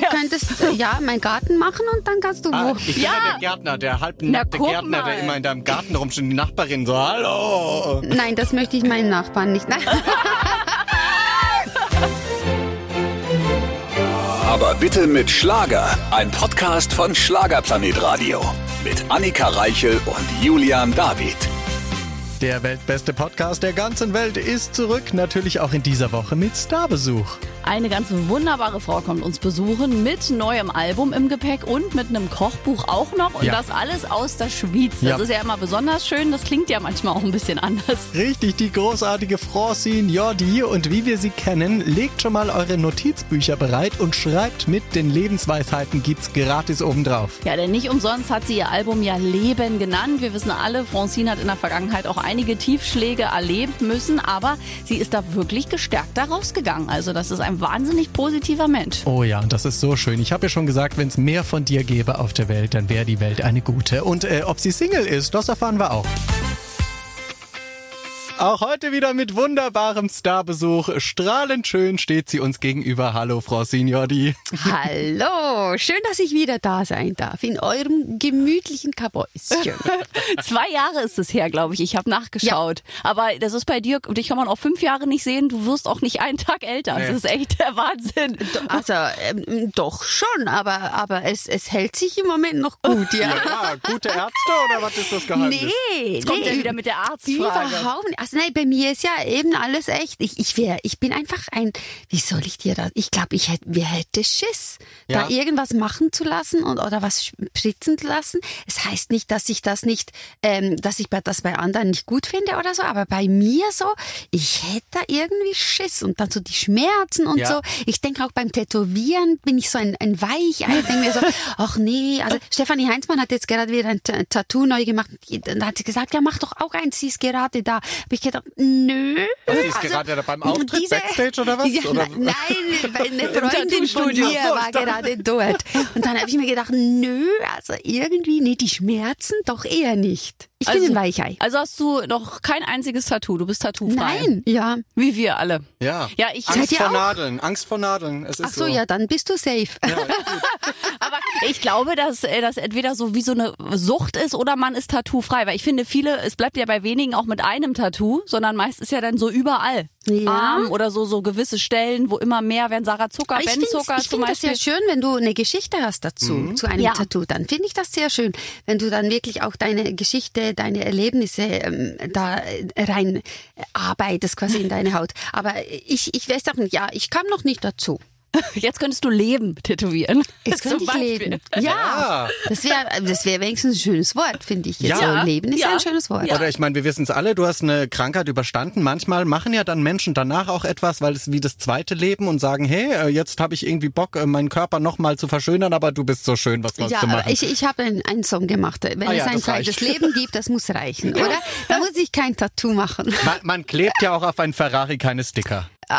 könntest meinen Garten machen und dann kannst du wo. Ich bin ja der Gärtner, der halbnackte Gärtner, der immer in deinem Garten rumsteht und die Nachbarin so, hallo. Nein, das möchte ich meinen Nachbarn nicht. Nein. Aber bitte mit Schlager. Ein Podcast von Schlagerplanet Radio. Mit Annika Reichel und Julian David. Der weltbeste Podcast der ganzen Welt ist zurück, natürlich auch in dieser Woche mit Starbesuch. Eine ganz wunderbare Frau kommt uns besuchen mit neuem Album im Gepäck und mit einem Kochbuch auch noch. Und das alles aus der Schweiz. Das ist ja immer besonders schön. Das klingt ja manchmal auch ein bisschen anders. Richtig, die großartige Francine Jordi. Und wie wir sie kennen, legt schon mal eure Notizbücher bereit und schreibt mit. Den Lebensweisheiten gibt's gratis obendrauf. Ja, denn nicht umsonst hat sie ihr Album ja Leben genannt. Wir wissen alle, Francine hat in der Vergangenheit auch einige Tiefschläge erleben müssen. Aber sie ist da wirklich gestärkt da rausgegangen. Also das ist ein wahnsinnig positiver Mensch. Oh ja, und das ist so schön. Ich habe ja schon gesagt, wenn es mehr von dir gäbe auf der Welt, dann wäre die Welt eine gute. Und ob sie Single ist, das erfahren wir auch. Auch heute wieder mit wunderbarem Starbesuch. Strahlend schön steht sie uns gegenüber. Hallo, Frau Signordi. Hallo, schön, dass ich wieder da sein darf in eurem gemütlichen Kabäuschen. 2 Jahre ist es her, glaube ich. Ich habe nachgeschaut. Ja. Aber das ist bei dir, dich kann man auch 5 Jahre nicht sehen. Du wirst auch nicht einen Tag älter. Nee. Das ist echt der Wahnsinn. Also, doch schon, aber es hält sich im Moment noch gut, ja. Ja, gute Ärzte oder was ist das Geheimnis? Nee. Jetzt kommt ja wieder mit der Arztfrage. Überhaupt nicht. Also nein, bei mir ist ja eben alles echt. Ich bin einfach wie soll ich dir das? Ich glaube, wir hätte Schiss, da irgendwas machen zu lassen oder was spritzen zu lassen. Es heißt nicht, dass ich das bei anderen nicht gut finde oder so, aber bei mir so, ich hätte da irgendwie Schiss und dann so die Schmerzen und so. Ich denke auch beim Tätowieren bin ich so ein Weichei. Ich denke mir so, ach nee, also Stefanie Heinzmann hat jetzt gerade wieder ein Tattoo neu gemacht. Dann hat sie gesagt, ja mach doch auch eins, sie ist gerade da. Habe ich gedacht, nö. Also ist gerade beim Auftritt, Backstage oder was? Ja, oder? Nein, eine Freundin von mir war gerade dort. Und dann habe ich mir gedacht, nö, also irgendwie, nee, die Schmerzen doch eher nicht. Ich bin ein Weichei. Also hast du noch kein einziges Tattoo? Du bist tattoo-frei? Nein, ja. Wie wir alle. Ja, ich Angst vor Nadeln, Angst vor Nadeln. Es ist Ach so, ja, dann bist du safe. Ja, aber ich glaube, dass das entweder so wie so eine Sucht ist oder man ist tattoo-frei. Weil ich finde, es bleibt ja bei wenigen auch mit einem Tattoo, sondern meist ist ja dann so überall. Ja. Arm oder so gewisse Stellen, wo immer mehr werden. Sarah Zucker, Ben Zucker Ich finde das sehr schön, wenn du eine Geschichte hast dazu, zu einem Tattoo. Dann finde ich das sehr schön, wenn du dann wirklich auch deine Geschichte, deine Erlebnisse da rein arbeitest quasi in deine Haut. Aber ich weiß auch nicht, ich kam noch nicht dazu. Jetzt könntest du Leben tätowieren. Jetzt könnte ich leben. Ja. Das wäre wenigstens ein schönes Wort, finde ich. Jetzt so Leben ist ja ein schönes Wort. Ja. Oder ich meine, wir wissen es alle, du hast eine Krankheit überstanden. Manchmal machen ja dann Menschen danach auch etwas, weil es wie das zweite Leben und sagen, hey, jetzt habe ich irgendwie Bock, meinen Körper nochmal zu verschönern, aber du bist so schön, was sollst du machen? Ja, ich habe einen Song gemacht. Wenn es ein zweites Leben gibt, das muss reichen, oder? Da muss ich kein Tattoo machen. Man klebt ja auch auf einen Ferrari keine Sticker. Das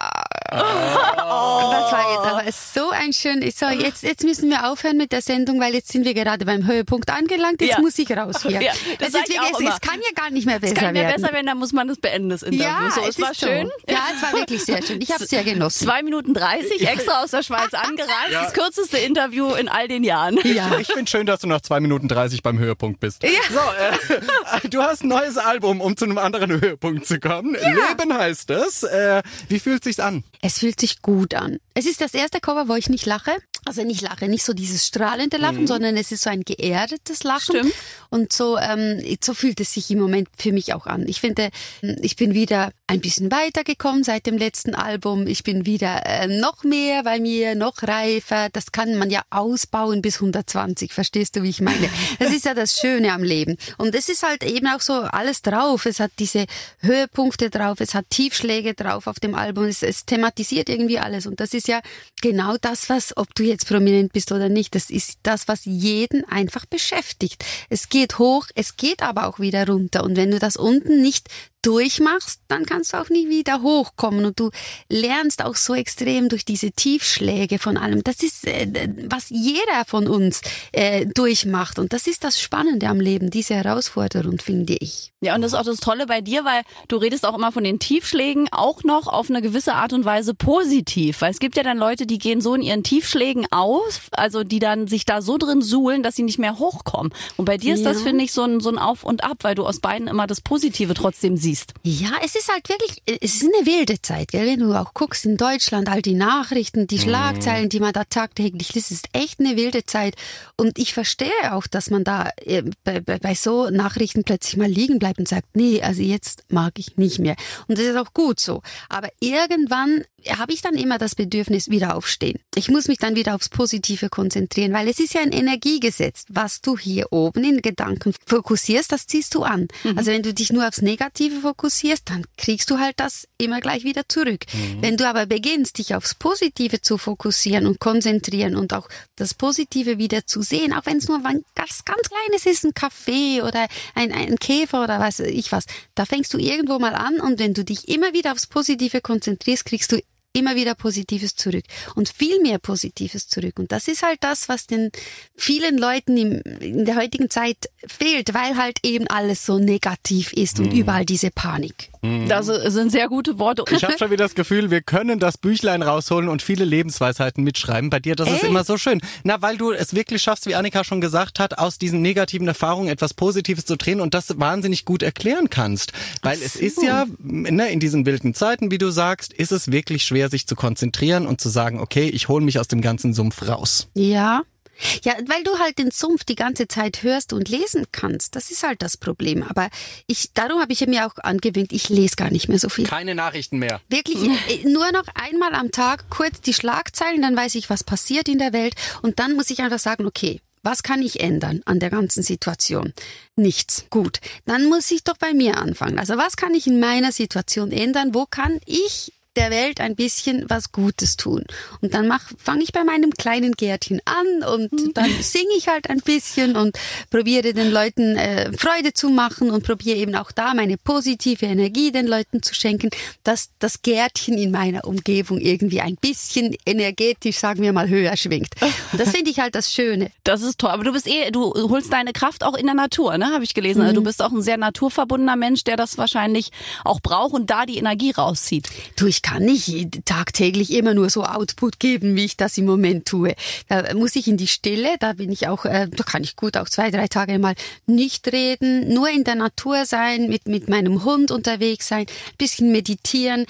war jetzt aber so ein schönes. So, jetzt müssen wir aufhören mit der Sendung, weil jetzt sind wir gerade beim Höhepunkt angelangt. Jetzt muss ich raus hier. Ja, das es kann ja gar nicht mehr besser werden. Es kann nicht mehr besser werden, dann muss man das beenden, das Interview. Ja, es war schön. Ja, es war wirklich sehr schön. Ich habe es sehr genossen. 2 Minuten 30, extra aus der Schweiz angereist. Ja. Das kürzeste Interview in all den Jahren. Ja. Ich finde schön, dass du nach 2 Minuten 30 beim Höhepunkt bist. Ja. So, du hast ein neues Album, um zu einem anderen Höhepunkt zu kommen. Ja. Leben heißt es. Wie fühlt es sich an? Es fühlt sich gut an. Es ist das erste Cover, wo ich nicht lache. Also nicht so dieses strahlende Lachen, sondern es ist so ein geerdetes Lachen. Stimmt. Und so fühlt es sich im Moment für mich auch an. Ich finde, ich bin wieder ein bisschen weitergekommen seit dem letzten Album. Ich bin wieder noch mehr bei mir, noch reifer. Das kann man ja ausbauen bis 120. Verstehst du, wie ich meine? Das ist ja das Schöne am Leben. Und es ist halt eben auch so alles drauf. Es hat diese Höhepunkte drauf, es hat Tiefschläge drauf auf dem Album. Es thematisiert irgendwie alles. Und das ist ja genau das, ob du jetzt prominent bist oder nicht, das ist das, was jeden einfach beschäftigt. Es geht hoch, es geht aber auch wieder runter. Und wenn du das unten nicht durchmachst, dann kannst du auch nie wieder hochkommen und du lernst auch so extrem durch diese Tiefschläge von allem. Das ist, was jeder von uns durchmacht und das ist das Spannende am Leben, diese Herausforderung, finde ich. Ja, und das ist auch das Tolle bei dir, weil du redest auch immer von den Tiefschlägen auch noch auf eine gewisse Art und Weise positiv, weil es gibt ja dann Leute, die gehen so in ihren Tiefschlägen auf, also die dann sich da so drin suhlen, dass sie nicht mehr hochkommen. Und bei dir ist das, finde ich, so ein Auf und Ab, weil du aus beiden immer das Positive trotzdem siehst. Ja, es ist halt wirklich, es ist eine wilde Zeit, gell? Wenn du auch guckst in Deutschland, all die Nachrichten, die Schlagzeilen, die man da tagtäglich, das ist echt eine wilde Zeit. Und ich verstehe auch, dass man da bei so Nachrichten plötzlich mal liegen bleibt und sagt, nee, also jetzt mag ich nicht mehr. Und das ist auch gut so. Aber irgendwann habe ich dann immer das Bedürfnis, wieder aufstehen. Ich muss mich dann wieder aufs Positive konzentrieren, weil es ist ja ein Energiegesetz. Was du hier oben in Gedanken fokussierst, das ziehst du an. Also wenn du dich nur aufs Negative fokussierst, dann kriegst du halt das immer gleich wieder zurück. Wenn du aber beginnst, dich aufs Positive zu fokussieren und konzentrieren und auch das Positive wieder zu sehen, auch wenn es nur was ganz Kleines ist, ein Kaffee oder ein Käfer oder weiß ich was, da fängst du irgendwo mal an und wenn du dich immer wieder aufs Positive konzentrierst, kriegst du immer wieder Positives zurück und viel mehr Positives zurück. Und das ist halt das, was den vielen Leuten in der heutigen Zeit fehlt, weil halt eben alles so negativ ist und überall diese Panik. Das sind sehr gute Worte. Ich habe schon wieder das Gefühl, wir können das Büchlein rausholen und viele Lebensweisheiten mitschreiben. Bei dir, das ist immer so schön. Na, weil du es wirklich schaffst, wie Annika schon gesagt hat, aus diesen negativen Erfahrungen etwas Positives zu drehen und das wahnsinnig gut erklären kannst. Weil es ist ja, ne, in diesen wilden Zeiten, wie du sagst, ist es wirklich schwer, sich zu konzentrieren und zu sagen, okay, ich hole mich aus dem ganzen Sumpf raus. Ja. Ja, weil du halt den Sumpf die ganze Zeit hörst und lesen kannst. Das ist halt das Problem. Aber darum habe ich mir auch angewöhnt, ich lese gar nicht mehr so viel. Keine Nachrichten mehr. Wirklich, nur noch einmal am Tag kurz die Schlagzeilen, dann weiß ich, was passiert in der Welt. Und dann muss ich einfach sagen, okay, was kann ich ändern an der ganzen Situation? Nichts. Gut. Dann muss ich doch bei mir anfangen. Also was kann ich in meiner Situation ändern? Wo kann ich der Welt ein bisschen was Gutes tun. Und dann fange ich bei meinem kleinen Gärtchen an und dann singe ich halt ein bisschen und probiere den Leuten Freude zu machen und probiere eben auch da meine positive Energie den Leuten zu schenken, dass das Gärtchen in meiner Umgebung irgendwie ein bisschen energetisch, sagen wir mal, höher schwingt. Und das finde ich halt das Schöne. Das ist toll. Aber du holst deine Kraft auch in der Natur, ne? Habe ich gelesen. Also du bist auch ein sehr naturverbundener Mensch, der das wahrscheinlich auch braucht und da die Energie rauszieht. Du, ich kann nicht tagtäglich immer nur so Output geben, wie ich das im Moment tue. Da muss ich in die Stille, da kann ich gut auch 2-3 Tage mal nicht reden, nur in der Natur sein, mit meinem Hund unterwegs sein, ein bisschen meditieren.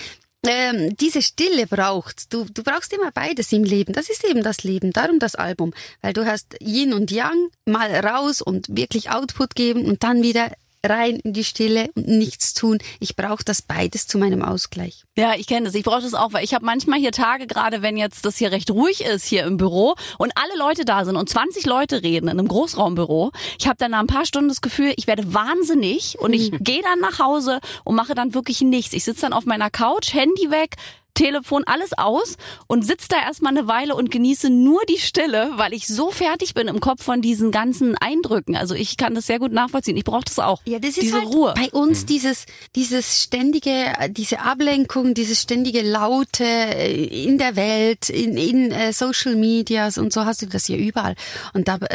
Diese Stille braucht's. Du brauchst immer beides im Leben. Das ist eben das Leben. Darum das Album. Weil du hast Yin und Yang, mal raus und wirklich Output geben und dann wieder rein in die Stille und nichts tun. Ich brauche das beides zu meinem Ausgleich. Ja, ich kenne das. Ich brauche das auch, weil ich habe manchmal hier Tage, gerade wenn jetzt das hier recht ruhig ist hier im Büro und alle Leute da sind und 20 Leute reden in einem Großraumbüro. Ich habe dann nach ein paar Stunden das Gefühl, ich werde wahnsinnig und ich gehe dann nach Hause und mache dann wirklich nichts. Ich sitze dann auf meiner Couch, Handy weg, Telefon, alles aus und sitze da erstmal eine Weile und genieße nur die Stille, weil ich so fertig bin im Kopf von diesen ganzen Eindrücken. Also ich kann das sehr gut nachvollziehen. Ich brauche das auch. Ja, das ist diese halt Ruhe. Bei uns dieses ständige, diese Ablenkung, dieses ständige Laute in der Welt, in Social Medias und so hast du das ja überall. Und da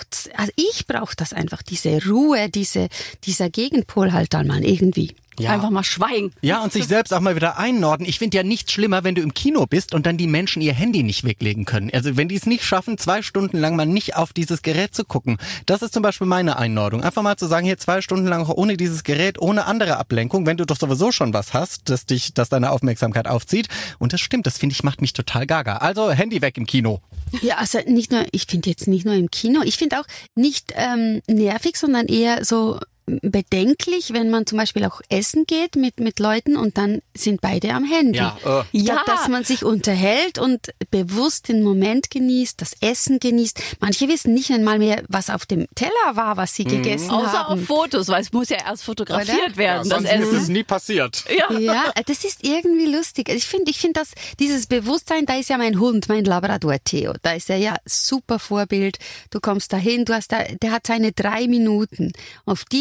ich brauche das einfach, diese Ruhe, dieser Gegenpol halt dann mal irgendwie. Ja. Einfach mal schweigen. Ja, und sich selbst auch mal wieder einnorden. Ich finde ja nichts schlimmer, wenn du im Kino bist und dann die Menschen ihr Handy nicht weglegen können. Also wenn die es nicht schaffen, 2 Stunden lang mal nicht auf dieses Gerät zu gucken. Das ist zum Beispiel meine Einnordung. Einfach mal zu sagen, hier 2 Stunden lang ohne dieses Gerät, ohne andere Ablenkung, wenn du doch sowieso schon was hast, das deine Aufmerksamkeit aufzieht. Und das stimmt, das finde ich, macht mich total gaga. Also Handy weg im Kino. Ja, also ich finde jetzt nicht nur im Kino, ich finde auch nicht nervig, sondern eher so bedenklich, wenn man zum Beispiel auch essen geht mit Leuten und dann sind beide am Handy. Ja, Statt dass man sich unterhält und bewusst den Moment genießt, das Essen genießt. Manche wissen nicht einmal mehr, was auf dem Teller war, was sie gegessen haben. Außer auf Fotos, weil es muss ja erst fotografiert werden. Ja, sonst das Essen ist es nie passiert. Ja, das ist irgendwie lustig. Ich finde, dass dieses Bewusstsein, da ist ja mein Hund, mein Labrador Theo, da ist er ja super Vorbild. Du kommst dahin, der hat seine 3 Minuten. Auf die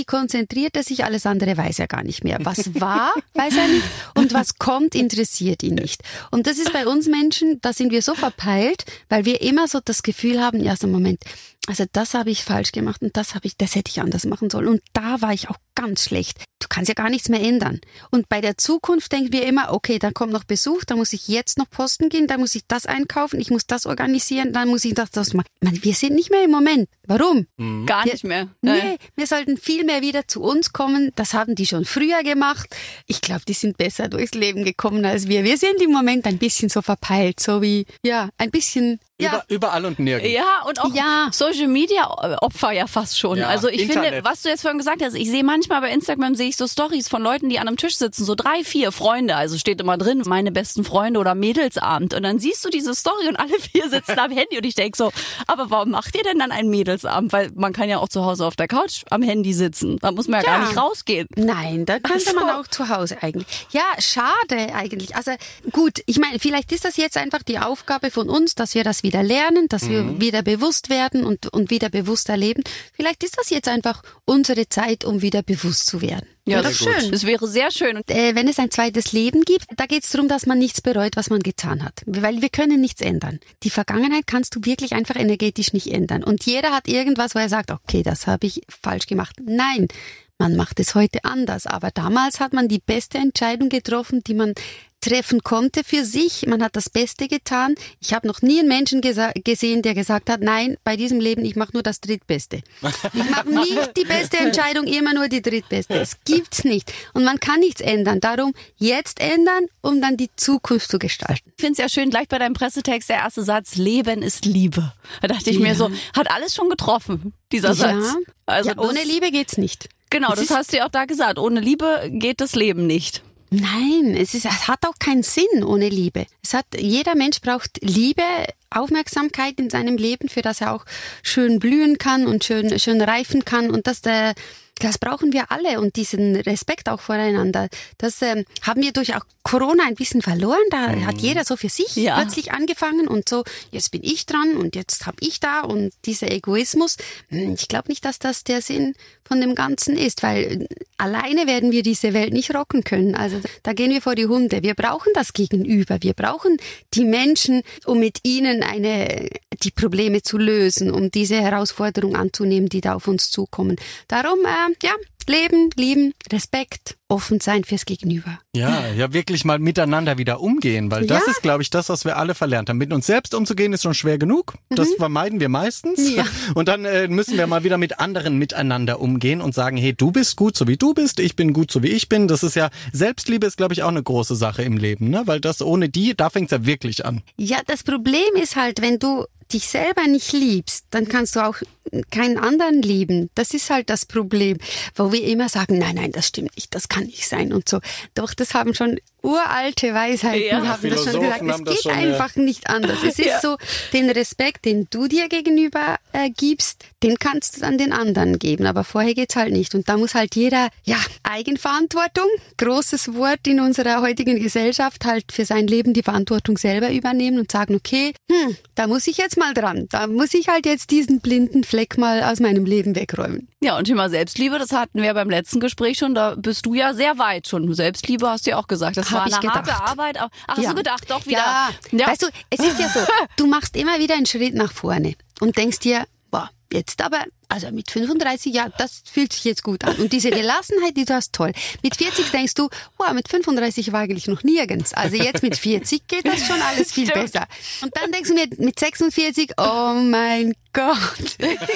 konzentriert er sich, alles andere weiß er gar nicht mehr. Was war, weiß er nicht und was kommt, interessiert ihn nicht. Und das ist bei uns Menschen, da sind wir so verpeilt, weil wir immer so das Gefühl haben, ja, so Moment, also das habe ich falsch gemacht und das hätte ich anders machen sollen. Und da war ich auch ganz schlecht. Du kannst ja gar nichts mehr ändern. Und bei der Zukunft denken wir immer, okay, da kommt noch Besuch, da muss ich jetzt noch posten gehen, da muss ich das einkaufen, ich muss das organisieren, dann muss ich das machen. Wir sind nicht mehr im Moment. Warum? Gar nicht mehr. Nee, wir sollten viel mehr wieder zu uns kommen. Das haben die schon früher gemacht. Ich glaube, die sind besser durchs Leben gekommen als wir. Wir sind im Moment ein bisschen so verpeilt, so wie, ja, ein bisschen... Ja. Überall und nirgends. Ja, und auch Social Media Opfer ja fast schon. Ja, also ich Internet. finde, was du jetzt vorhin gesagt hast, ich sehe manchmal bei Instagram sehe ich so Stories von Leuten, die an einem Tisch sitzen, so 3, 4 Freunde, also steht immer drin, meine besten Freunde oder Mädelsabend. Und dann siehst du diese Story und alle 4 sitzen am Handy und ich denk so, aber warum macht ihr denn dann einen Mädelsabend? Weil man kann ja auch zu Hause auf der Couch am Handy sitzen. Da muss man ja gar nicht rausgehen. Nein, da könnte man auch zu Hause eigentlich. Ja, schade eigentlich. Also gut, ich meine, vielleicht ist das jetzt einfach die Aufgabe von uns, dass wir das wieder lernen, dass wir wieder bewusst werden und wieder bewusst erleben. Vielleicht ist das jetzt einfach unsere Zeit, um wieder bewusst zu werden. Ja, das ist schön. Das wäre sehr schön. Und wenn es ein zweites Leben gibt, da geht es darum, dass man nichts bereut, was man getan hat. Weil wir können nichts ändern. Die Vergangenheit kannst du wirklich einfach energetisch nicht ändern. Und jeder hat irgendwas, wo er sagt, okay, das habe ich falsch gemacht. Nein, man macht es heute anders. Aber damals hat man die beste Entscheidung getroffen, die man treffen konnte für sich. Man hat das Beste getan. Ich habe noch nie einen Menschen gesehen, der gesagt hat, nein, bei diesem Leben, ich mache nur das Drittbeste. Ich mache nicht die beste Entscheidung, immer nur die Drittbeste. Es gibt's nicht. Und man kann nichts ändern. Darum jetzt ändern, um dann die Zukunft zu gestalten. Ich finde es ja schön, gleich bei deinem Pressetext, der erste Satz, Leben ist Liebe. Da dachte ich mir so, hat alles schon getroffen, dieser Satz. Also ohne Liebe geht's nicht. Genau, das hast du ja auch da gesagt. Ohne Liebe geht das Leben nicht. Nein, es hat auch keinen Sinn ohne Liebe. Jeder Mensch braucht Liebe, Aufmerksamkeit in seinem Leben, für das er auch schön blühen kann und schön reifen kann. Und das brauchen wir alle und diesen Respekt auch voreinander. Das haben wir durch auch Corona ein bisschen verloren. Da hat jeder so für sich plötzlich angefangen und so, jetzt bin ich dran und jetzt hab ich da und dieser Egoismus. Ich glaube nicht, dass das der Sinn von dem Ganzen ist, weil alleine werden wir diese Welt nicht rocken können. Also da gehen wir vor die Hunde. Wir brauchen das Gegenüber. Wir brauchen die Menschen, um mit ihnen die Probleme zu lösen, um diese Herausforderung anzunehmen, die da auf uns zukommen. Darum, leben, lieben, Respekt, offen sein fürs Gegenüber. Ja, wirklich mal miteinander wieder umgehen, weil das ist, glaube ich, das, was wir alle verlernt haben. Mit uns selbst umzugehen ist schon schwer genug. Das vermeiden wir meistens. Ja. Und dann müssen wir mal wieder mit anderen miteinander umgehen und sagen, hey, du bist gut, so wie du bist, ich bin gut, so wie ich bin. Das ist ja, Selbstliebe ist, glaube ich, auch eine große Sache im Leben, ne? Weil das ohne da fängt es ja wirklich an. Ja, das Problem ist halt, wenn du dich selber nicht liebst, dann kannst du auch keinen anderen lieben. Das ist halt das Problem, wo wir immer sagen, nein, das stimmt nicht, das kann nicht sein und so. Doch, das haben schon uralte Weisheiten, haben das schon gesagt. Es geht einfach nicht anders. Es ist so, den Respekt, den du dir gegenüber gibst, den kannst du dann den anderen geben. Aber vorher geht's halt nicht. Und da muss halt jeder, Eigenverantwortung, großes Wort in unserer heutigen Gesellschaft, halt für sein Leben die Verantwortung selber übernehmen und sagen, okay, da muss ich jetzt mal dran. Da muss ich halt jetzt diesen blinden Fleck mal aus meinem Leben wegräumen. Ja, und Thema Selbstliebe, das hatten wir beim letzten Gespräch schon, da bist du ja sehr weit schon. Selbstliebe hast du ja auch gesagt, das war eine harte Arbeit. Hast du gedacht, doch wieder. Ja, weißt du, es ist ja so, du machst immer wieder einen Schritt nach vorne und denkst dir, jetzt aber, also mit 35 Jahren, das fühlt sich jetzt gut an. Und diese Gelassenheit, die du hast, toll. Mit 40 denkst du, mit 35 war eigentlich noch nirgends. Also jetzt mit 40 geht das schon alles viel besser. Und dann denkst du mit 46, oh mein Gott,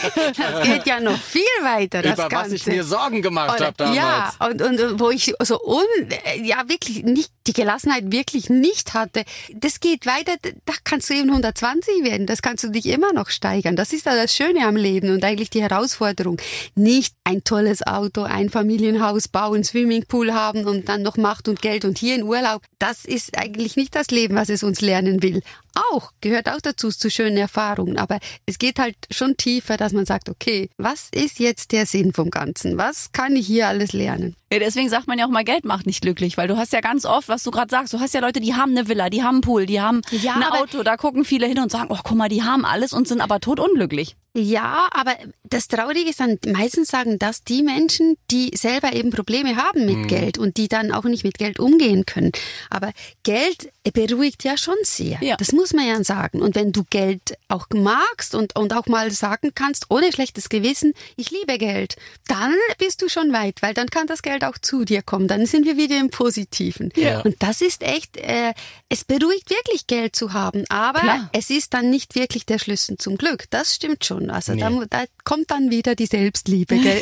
das geht ja noch viel weiter, das Ganze. Ganze. Was ich mir Sorgen gemacht habe damals. Ja, und wo ich so wirklich nicht, die Gelassenheit wirklich nicht hatte. Das geht weiter, da kannst du eben 120 werden, das kannst du dich immer noch steigern. Das ist ja das Schöne am Leben und eigentlich die Herausforderung. Nicht ein tolles Auto, ein Familienhaus bauen, Swimmingpool haben und dann noch Macht und Geld und hier in Urlaub. Das ist eigentlich nicht das Leben, was es uns lernen will. gehört auch dazu, zu schönen Erfahrungen. Aber es geht halt schon tiefer, dass man sagt, okay, was ist jetzt der Sinn vom Ganzen? Was kann ich hier alles lernen? Ja, deswegen sagt man ja auch mal, Geld macht nicht glücklich, weil du hast ja ganz oft, was du gerade sagst, du hast ja Leute, die haben eine Villa, die haben einen Pool, die haben ein Auto, da gucken viele hin und sagen, oh, guck mal, die haben alles und sind aber totunglücklich. Ja, aber das Traurige ist dann, meistens sagen das die Menschen, die selber eben Probleme haben mit Geld und die dann auch nicht mit Geld umgehen können. Aber Geld beruhigt ja schon sehr. Ja. Das muss man ja sagen. Und wenn du Geld auch magst und auch mal sagen kannst, ohne schlechtes Gewissen, ich liebe Geld, dann bist du schon weit, weil dann kann das Geld auch zu dir kommen. Dann sind wir wieder im Positiven. Ja. Und das ist echt, es beruhigt wirklich, Geld zu haben. Aber es ist dann nicht wirklich der Schlüssel zum Glück. Das stimmt schon. Also da kommt dann wieder die Selbstliebe, gell?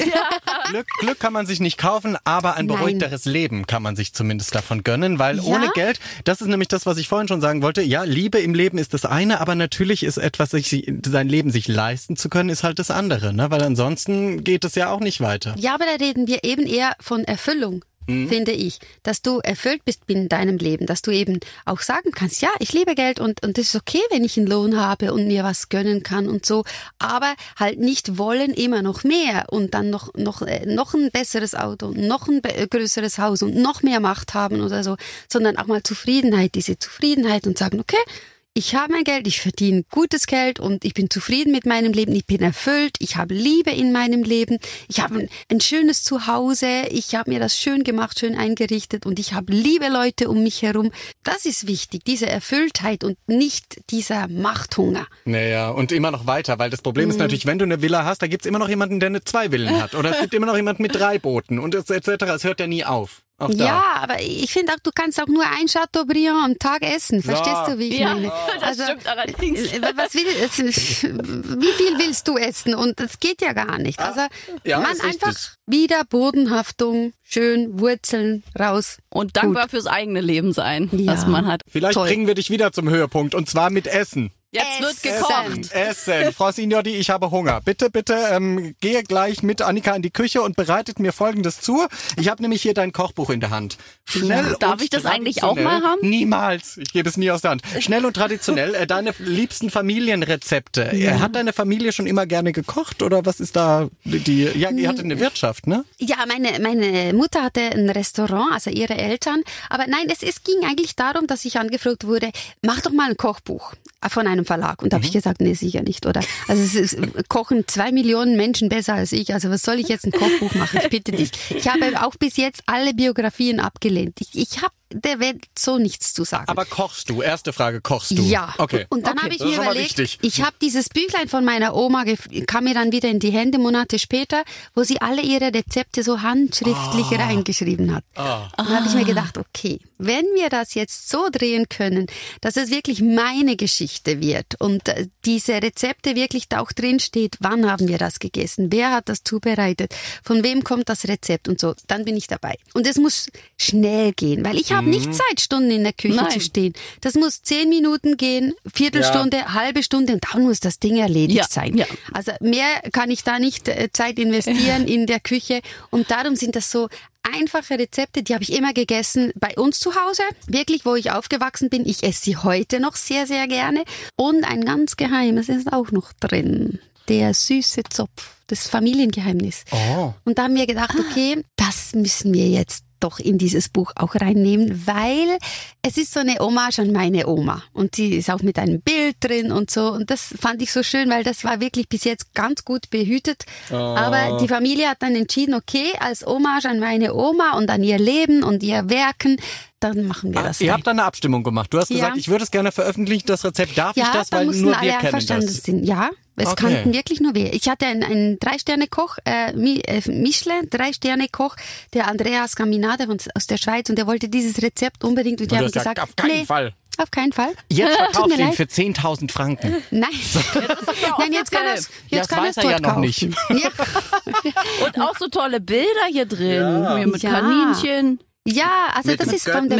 Glück kann man sich nicht kaufen, aber ein beruhigteres Leben kann man sich zumindest davon gönnen, weil ohne Geld, das ist nämlich das, was ich vorhin schon sagen wollte, ja, Liebe im Leben ist das eine, aber natürlich ist etwas, sein Leben sich leisten zu können, ist halt das andere, ne? Weil ansonsten geht es ja auch nicht weiter. Ja, aber da reden wir eben eher von Erfüllung. Finde ich, dass du erfüllt bist in deinem Leben, dass du eben auch sagen kannst, ja, ich liebe Geld und es ist okay, wenn ich einen Lohn habe und mir was gönnen kann und so, aber halt nicht wollen immer noch mehr und dann noch ein besseres Auto, noch ein größeres Haus und noch mehr Macht haben oder so, sondern auch mal diese Zufriedenheit und sagen, okay, ich habe mein Geld, ich verdiene gutes Geld und ich bin zufrieden mit meinem Leben, ich bin erfüllt, ich habe Liebe in meinem Leben, ich habe ein schönes Zuhause, ich habe mir das schön gemacht, schön eingerichtet und ich habe liebe Leute um mich herum. Das ist wichtig, diese Erfülltheit und nicht dieser Machthunger. Naja, und immer noch weiter, weil das Problem ist natürlich, wenn du eine Villa hast, da gibt's immer noch jemanden, der 2 Villen hat oder es gibt immer noch jemanden mit 3 Booten und etc. Es hört ja nie auf. Ja, aber ich finde auch, du kannst auch nur ein Chateaubriand am Tag essen. Verstehst du, wie ich meine? Das stimmt allerdings. Wie viel willst du essen? Und das geht ja gar nicht. Also man einfach wieder Bodenhaftung, schön Wurzeln raus. Und dankbar fürs eigene Leben sein, was man hat. Vielleicht bringen wir dich wieder zum Höhepunkt und zwar mit Essen. Jetzt wird gekocht. Essen. Frau Signotti, ich habe Hunger. Bitte, gehe gleich mit Annika in die Küche und bereitet mir Folgendes zu. Ich habe nämlich hier dein Kochbuch in der Hand. Schnell Darf ich das eigentlich auch mal haben? Niemals. Ich gebe es nie aus der Hand. Schnell und traditionell. Deine liebsten Familienrezepte. Hat deine Familie schon immer gerne gekocht oder was ist da ihr hattet eine Wirtschaft, ne? Ja, meine Mutter hatte ein Restaurant, also ihre Eltern. Aber nein, es ging eigentlich darum, dass ich angefragt wurde, mach doch mal ein Kochbuch von einem Verlag. Und da habe ich gesagt, nee, sicher nicht, oder? Also kochen 2 Millionen Menschen besser als ich. Also was soll ich jetzt ein Kochbuch machen? Ich bitte dich. Ich habe auch bis jetzt alle Biografien abgelehnt. Ich habe der Welt so nichts zu sagen. Aber kochst du? Erste Frage, kochst du? Ja. Okay. Und dann habe ich mir überlegt, ich habe dieses Büchlein von meiner Oma, kam mir dann wieder in die Hände Monate später, wo sie alle ihre Rezepte so handschriftlich reingeschrieben hat. Und dann habe ich mir gedacht, okay, wenn wir das jetzt so drehen können, dass es wirklich meine Geschichte wird und diese Rezepte wirklich da auch drin steht, wann haben wir das gegessen, wer hat das zubereitet, von wem kommt das Rezept und so, dann bin ich dabei. Und es muss schnell gehen, weil ich habe nicht Zeit, Stunden in der Küche zu stehen. Das muss 10 Minuten gehen, Viertelstunde, halbe Stunde und dann muss das Ding erledigt sein. Ja. Also mehr kann ich da nicht Zeit investieren in der Küche und darum sind das so einfache Rezepte, die habe ich immer gegessen bei uns zu Hause, wirklich, wo ich aufgewachsen bin. Ich esse sie heute noch sehr, sehr gerne. Und ein ganz Geheimes ist auch noch drin. Der süße Zopf, das Familiengeheimnis. Oh. Und da haben wir gedacht, okay, das müssen wir jetzt doch in dieses Buch auch reinnehmen, weil es ist so eine Hommage an meine Oma und sie ist auch mit einem Bild drin und so und das fand ich so schön, weil das war wirklich bis jetzt ganz gut behütet, aber die Familie hat dann entschieden, okay, als Hommage an meine Oma und an ihr Leben und ihr Werken, dann machen wir das. Ihr habt da eine Abstimmung gemacht. Du hast gesagt, ich würde es gerne veröffentlichen, das Rezept. Darf ich das, weil nur wir kennen das? Ja, es kannten wirklich nur wir. Ich hatte einen 3-Sterne-Koch, Michelin, 3-Sterne-Koch, der Andreas Caminada aus der Schweiz und der wollte dieses Rezept unbedingt und die haben gesagt, auf keinen Fall. Auf keinen Fall. Jetzt verkauft ihn für 10.000 Franken. Nein. Nein, jetzt kann er es dort noch nicht. Ja. Und auch so tolle Bilder hier drin. Mit Kaninchen. Ja, also das ist vom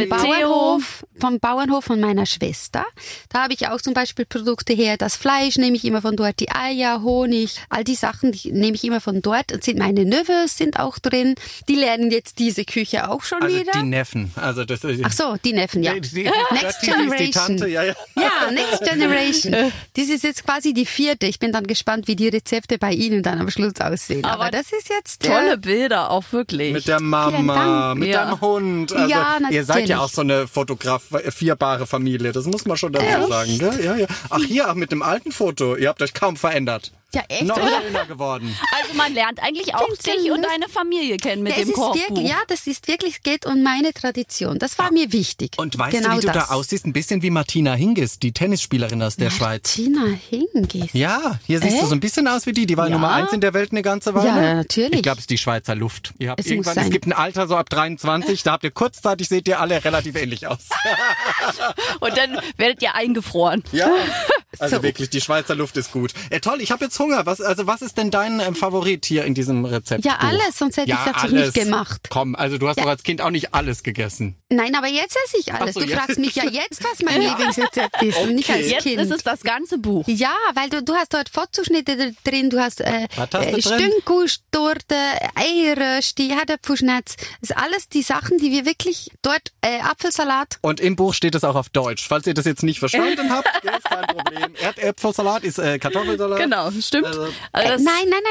Bauernhof von meiner Schwester. Da habe ich auch zum Beispiel Produkte her. Das Fleisch nehme ich immer von dort, die Eier, Honig, all die Sachen, die nehme ich immer von dort. Und meine Neveux sind auch drin. Die lernen jetzt diese Küche auch schon wieder. Die Neffen. Also das ist, ach so, die Neffen, ja. Next Generation. Die Tante, ja. Ja, Next Generation. Das ist jetzt quasi die 4. Ich bin dann gespannt, wie die Rezepte bei Ihnen dann am Schluss aussehen. Aber das ist jetzt tolle Bilder, auch wirklich. Mit der Mama, mit deinem Hund. Also, ja, ihr seid ja auch so eine fotografierbare Familie, das muss man schon dazu sagen. Gell? Ja. Ach, hier auch mit dem alten Foto, ihr habt euch kaum verändert. Ja, echt? Noch schöner geworden. Also man lernt eigentlich auch dich und deine Familie kennen mit dem Kochbuch. Das ist wirklich, es geht um meine Tradition. Das war mir wichtig. Und weißt du, wie du da aussiehst? Ein bisschen wie Martina Hingis, die Tennisspielerin aus der Schweiz. Martina Hingis? Ja, hier siehst du so ein bisschen aus wie die. Die war Nummer 1 in der Welt eine ganze Weile. Ja, natürlich. Ich glaube, es ist die Schweizer Luft. Ihr habt es gibt ein Alter so ab 23, da habt ihr kurzzeitig, seht ihr alle relativ ähnlich aus. Und dann werdet ihr eingefroren. Ja, also wirklich, die Schweizer Luft ist gut. Toll, ich habe jetzt Hunger. Was ist denn dein Favorit hier in diesem Rezept? Ja, alles, sonst hätte ich das nicht gemacht. Komm, also du hast doch als Kind auch nicht alles gegessen. Nein, aber jetzt esse ich alles. Du fragst mich ja jetzt, was mein Lieblingsrezept ist und nicht als Kind. Jetzt ist es das ganze Buch. Ja, weil du hast dort Fotzuschnitte drin, du hast Stüngkuschtorte, Eierrösti, Herdöpfelschnitz. Das ist alles die Sachen, die wir wirklich dort, Apfelsalat. Und im Buch steht es auch auf Deutsch. Falls ihr das jetzt nicht verstanden habt, ist kein Problem. Erdäpfelsalat ist Kartoffelsalat. Genau, stimmt. Nein,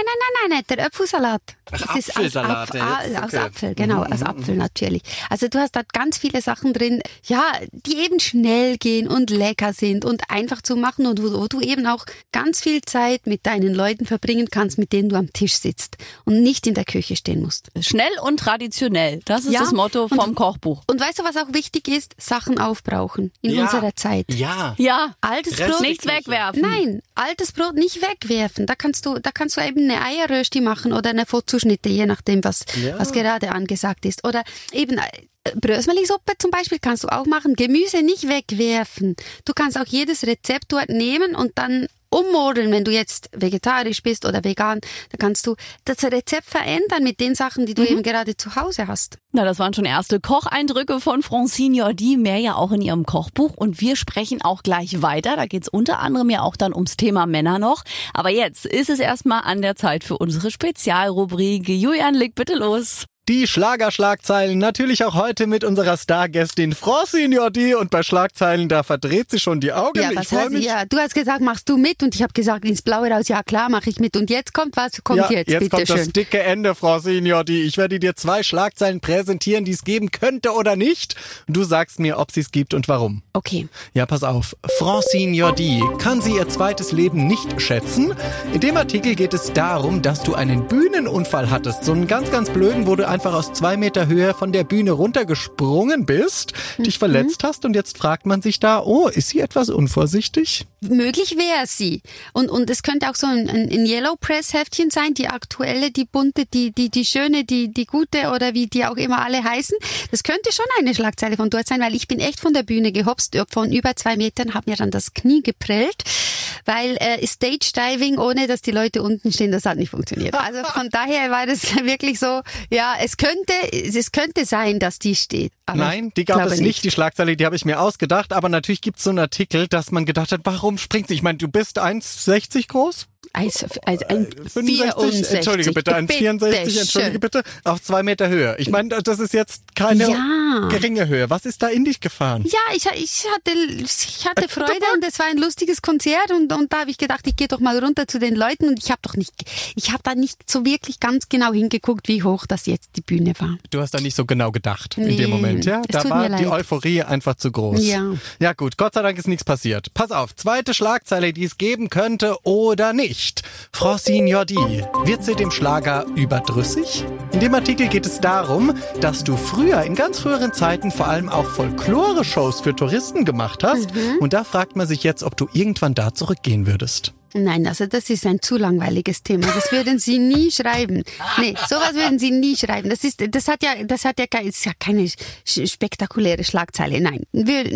der Apfelsalat. Das ist Apfelsalat. Aus Apfel, genau, aus Apfel natürlich. Also du hast dort ganz viele Sachen drin, ja, die eben schnell gehen und lecker sind und einfach zu machen und wo du eben auch ganz viel Zeit mit deinen Leuten verbringen kannst, mit denen du am Tisch sitzt und nicht in der Küche stehen musst. Schnell und traditionell, das ist das Motto vom Kochbuch. Und weißt du, was auch wichtig ist? Sachen aufbrauchen in unserer Zeit. Ja. Altes Brot nichts wegwerfen. Nein, altes Brot nicht wegwerfen. Da kannst du eben eine Eierrösti machen oder eine Fotzuschnitte, je nachdem, was gerade angesagt ist. Oder eben Brösmeli-Suppe zum Beispiel kannst du auch machen. Gemüse nicht wegwerfen. Du kannst auch jedes Rezept dort nehmen und dann ummodeln, wenn du jetzt vegetarisch bist oder vegan, da kannst du das Rezept verändern mit den Sachen, die du eben gerade zu Hause hast. Na, das waren schon erste Kocheindrücke von Francine Jordi, mehr ja auch in ihrem Kochbuch. Und wir sprechen auch gleich weiter. Da geht's unter anderem ja auch dann ums Thema Männer noch. Aber jetzt ist es erstmal an der Zeit für unsere Spezialrubrik. Julian, leg bitte los. Die Schlagerschlagzeilen, natürlich auch heute mit unserer Stargästin Francine Jordi. Und bei Schlagzeilen, da verdreht sie schon die Augen. Ja, ich freue mich. Ja, du hast gesagt, machst du mit? Und ich habe gesagt, ins Blaue raus, ja klar, mache ich mit. Und jetzt kommt was? Kommt jetzt bitte kommt schön. Das dicke Ende, Francine Jordi. Ich werde dir 2 Schlagzeilen präsentieren, die es geben könnte oder nicht. Und du sagst mir, ob sie es gibt und warum. Okay. Ja, pass auf. Francine Jordi, kann sie ihr zweites Leben nicht schätzen? In dem Artikel geht es darum, dass du einen Bühnenunfall hattest. So einen ganz, ganz blöden, wo du einfach aus 2 Meter Höhe von der Bühne runtergesprungen bist, dich verletzt hast und jetzt fragt man sich da, ist sie etwas unvorsichtig? Möglich wäre sie. Und es könnte auch so ein Yellow Press Heftchen sein, die aktuelle, die bunte, die schöne, die gute oder wie die auch immer alle heißen. Das könnte schon eine Schlagzeile von dort sein, weil ich bin echt von der Bühne gehopst, von über 2 Metern, habe mir dann das Knie geprellt, weil Stage Diving, ohne dass die Leute unten stehen, das hat nicht funktioniert. Also von daher war das wirklich so, ja, es könnte sein, dass die steht. Aber nein, die gab es nicht. Die Schlagzeile, die habe ich mir ausgedacht. Aber natürlich gibt es so einen Artikel, dass man gedacht hat, warum springt sie? Ich meine, du bist 1,60 groß? Also 65, entschuldige bitte, 1,64, entschuldige bitte, auf 2 Meter Höhe. Ich meine, das ist jetzt keine geringe Höhe. Was ist da in dich gefahren? Ja, ich hatte Freude und es war ein lustiges Konzert und da habe ich gedacht, ich gehe doch mal runter zu den Leuten und ich habe da nicht so wirklich ganz genau hingeguckt, wie hoch das jetzt die Bühne war. Du hast da nicht so genau gedacht in dem Moment, ja? Da war die Euphorie einfach zu groß. Ja gut, Gott sei Dank ist nichts passiert. Pass auf, zweite Schlagzeile, die es geben könnte oder nicht. Francine Jordi, wird sie dem Schlager überdrüssig? In dem Artikel geht es darum, dass du früher, in ganz früheren Zeiten, vor allem auch Folklore-Shows für Touristen gemacht hast. Und da fragt man sich jetzt, ob du irgendwann da zurückgehen würdest. Nein, also das ist ein zu langweiliges Thema. Das würden Sie nie schreiben. Nee, sowas würden Sie nie schreiben. Das hat ja keine spektakuläre Schlagzeile. Nein.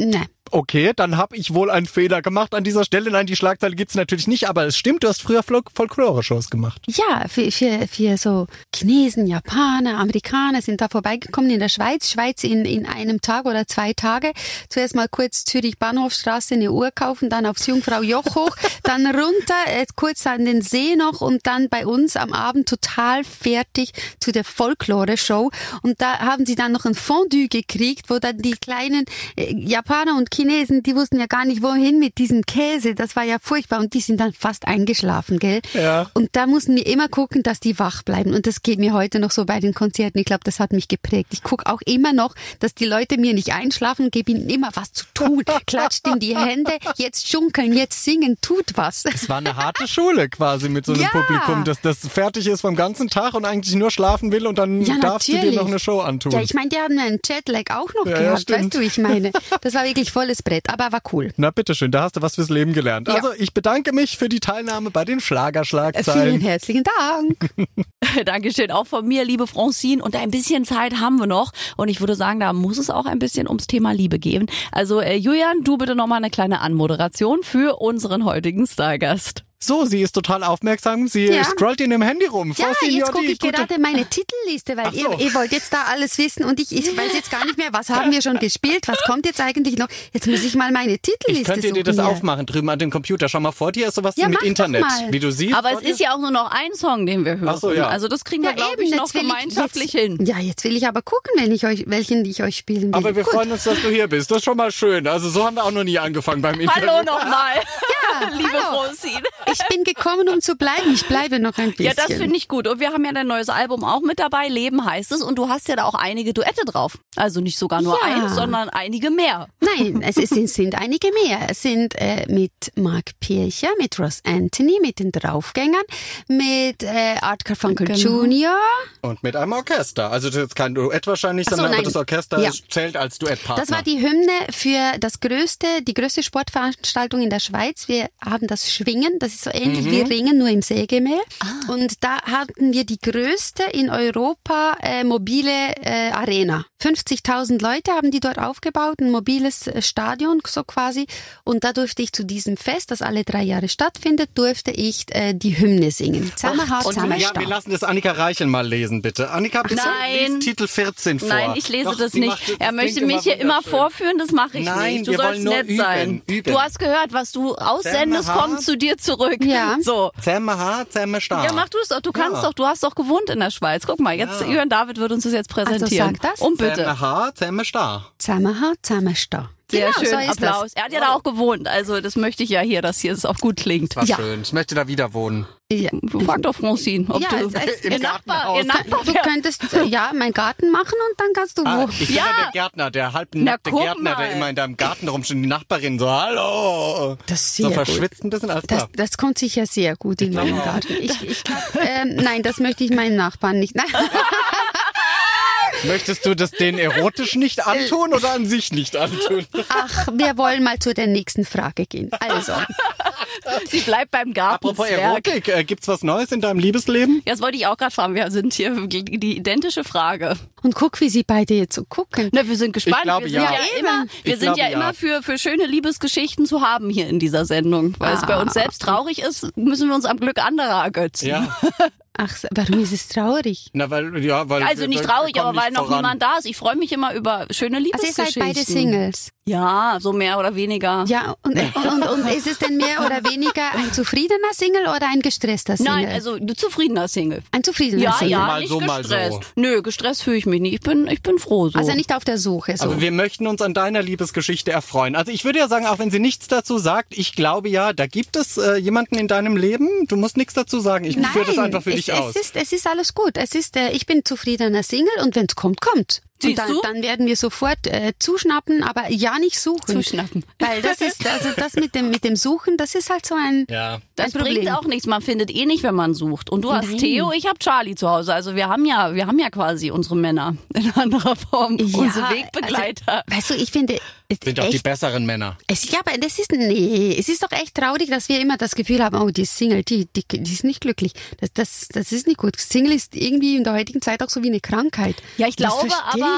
Okay, dann habe ich wohl einen Fehler gemacht an dieser Stelle. Nein, die Schlagzeile gibt's natürlich nicht, aber es stimmt, du hast früher Folklore-Shows gemacht. Ja, für so Chinesen, Japaner, Amerikaner sind da vorbeigekommen in der Schweiz. Schweiz in einem Tag oder 2 Tage. Zuerst mal kurz Zürich Bahnhofstraße eine Uhr kaufen, dann aufs Jungfrau Joch hoch, dann runter, kurz an den See noch und dann bei uns am Abend total fertig zu der Folklore-Show. Und da haben sie dann noch ein Fondue gekriegt, wo dann die kleinen Japaner und Chinesen, die wussten ja gar nicht, wohin mit diesem Käse. Das war ja furchtbar. Und die sind dann fast eingeschlafen, gell? Ja. Und da mussten wir immer gucken, dass die wach bleiben. Und das geht mir heute noch so bei den Konzerten. Ich glaube, das hat mich geprägt. Ich gucke auch immer noch, dass die Leute mir nicht einschlafen und gebe ihnen immer was zu tun. Klatscht in die Hände, jetzt schunkeln, jetzt singen, tut was. Es war eine harte Schule quasi mit so einem Publikum, das fertig ist vom ganzen Tag und eigentlich nur schlafen will und dann darfst du dir noch eine Show antun. Ja, ich meine, die haben einen Jetlag auch noch gehabt, weißt du, ich meine. Das war wirklich volles Brett, aber war cool. Na bitteschön, da hast du was fürs Leben gelernt. Ja. Also ich bedanke mich für die Teilnahme bei den Schlagerschlagzeilen. Vielen herzlichen Dank. Dankeschön, auch von mir, liebe Francine. Und ein bisschen Zeit haben wir noch. Und ich würde sagen, da muss es auch ein bisschen ums Thema Liebe gehen. Also Julian, du bitte nochmal eine kleine Anmoderation für unseren heutigen Stargast. So, sie ist total aufmerksam. Sie scrollt in dem Handy rum. Ja, jetzt gucke ich gerade meine Titelliste, weil ihr wollt jetzt da alles wissen und ich weiß jetzt gar nicht mehr, was haben wir schon gespielt, was kommt jetzt eigentlich noch. Jetzt muss ich mal meine Titelliste Ich könnte dir das aufmachen drüben an den Computer. Schau mal vor dir, ist sowas mit Internet, wie du siehst. Aber es ist ja auch nur noch ein Song, den wir hören. Ach so, ja. Also das kriegen wir, glaube ich, noch gemeinschaftlich hin. Ja, jetzt will ich aber gucken, welchen ich euch spielen will. Aber wir freuen uns, dass du hier bist. Das ist schon mal schön. Also so haben wir auch noch nie angefangen beim Interview. Hallo nochmal, liebe hallo. Francine. Ich bin gekommen, um zu bleiben. Ich bleibe noch ein bisschen. Ja, das finde ich gut. Und wir haben ja dein neues Album auch mit dabei. Leben heißt es. Und du hast ja da auch einige Duette drauf. Also nicht sogar nur eins, sondern einige mehr. Nein, es sind einige mehr. Es sind mit Mark Pircher, mit Ross Anthony, mit den Draufgängern, mit Art Garfunkel Jr. Und mit einem Orchester. Also das ist kein Duett wahrscheinlich, sondern aber das Orchester zählt als Duettpartner. Das war die Hymne für die größte Sportveranstaltung in der Schweiz. Wir haben das Schwingen. Das ist so ähnlich wie Ringen, nur im Sägemehl. Und da hatten wir die größte in Europa mobile Arena. 50.000 Leute haben die dort aufgebaut, ein mobiles Stadion so quasi. Und da durfte ich zu diesem Fest, das alle 3 Jahre stattfindet, durfte ich die Hymne singen. Ja, wir lassen das Annika Reichel mal lesen, bitte. Annika, bitte lies Titel 14 vor. Nein, ich lese das nicht. Er möchte mich hier immer vorführen, das mache ich nicht. Du sollst nett sein. Du hast gehört, was du aussendest, kommt zu dir zurück. Ja. So. Zähme Haar, Zähme Star. Ja, mach du es doch. Du kannst doch. Du hast doch gewohnt in der Schweiz. Guck mal, jetzt Jürgen David wird uns das jetzt präsentieren. Also sag das. Und bitte. Zähme Haar, Zähme Star. Zähme Haar, Zähme Star. Sehr genau, schön, so ist Applaus. Das. Er hat ja da auch gewohnt, also das möchte ich ja hier, dass hier es auch gut klingt. Das war schön. Ich möchte da wieder wohnen. Ja. Frag doch Francine, ob du im Gartenhaus. Du könntest meinen Garten machen und dann kannst du wo. Ich bin ja der Gärtner, der halbnackte Gärtner, der immer in deinem Garten rumsteht. Die Nachbarin so, hallo. Das ist sehr so verschwitzt ein bisschen als das kommt sicher sehr gut in meinem Garten. Ich glaub, nein, das möchte ich meinen Nachbarn nicht. Nein. Möchtest du das denen erotisch nicht antun oder an sich nicht antun? Ach, wir wollen mal zu der nächsten Frage gehen. Also. Sie bleibt beim Gartenzwerg. Apropos Erotik, gibt's was Neues in deinem Liebesleben? Ja, das wollte ich auch gerade fragen. Wir sind hier die identische Frage. Und guck, wie sie beide jetzt so gucken. Na, wir sind gespannt. Ich glaube, wir sind ja immer für schöne Liebesgeschichten zu haben hier in dieser Sendung. Weil es bei uns selbst traurig ist, müssen wir uns am Glück anderer ergötzen. Ja. Ach, warum ist es traurig? Na, weil also nicht traurig, aber weil noch niemand da ist. Ich freue mich immer über schöne Liebesgeschichten. Also ihr seid beide Singles? Ja, so mehr oder weniger. Ja, und ist es denn mehr oder weniger ein zufriedener Single oder ein gestresster Single? Nein, also ein zufriedener Single. Ein zufriedener Single? Ja, mal nicht so, mal gestresst. so. Nö, gestresst fühle ich mich nicht. Ich bin froh so. Also nicht auf der Suche so. Aber wir möchten uns an deiner Liebesgeschichte erfreuen. Also ich würde ja sagen, auch wenn sie nichts dazu sagt, ich glaube ja, da gibt es jemanden in deinem Leben. Du musst nichts dazu sagen. Ich führe das einfach für dich aus. Es ist alles gut. Ich bin zufriedener Single und wenn es kommt, kommt. Und dann werden wir sofort zuschnappen, aber ja nicht suchen. Zuschnappen. Weil das ist, also das mit dem Suchen, das ist halt so ein... Ja. Das bringt auch nichts. Man findet eh nicht, wenn man sucht. Und du hast Theo, ich habe Charlie zu Hause. Also wir haben ja quasi unsere Männer in anderer Form. Unsere Wegbegleiter. Also, weißt du, ich finde... Sind doch die besseren Männer. Ja, aber es ist doch echt traurig, dass wir immer das Gefühl haben, oh, die ist Single, die ist nicht glücklich. Das ist nicht gut. Single ist irgendwie in der heutigen Zeit auch so wie eine Krankheit. Ja, ich glaube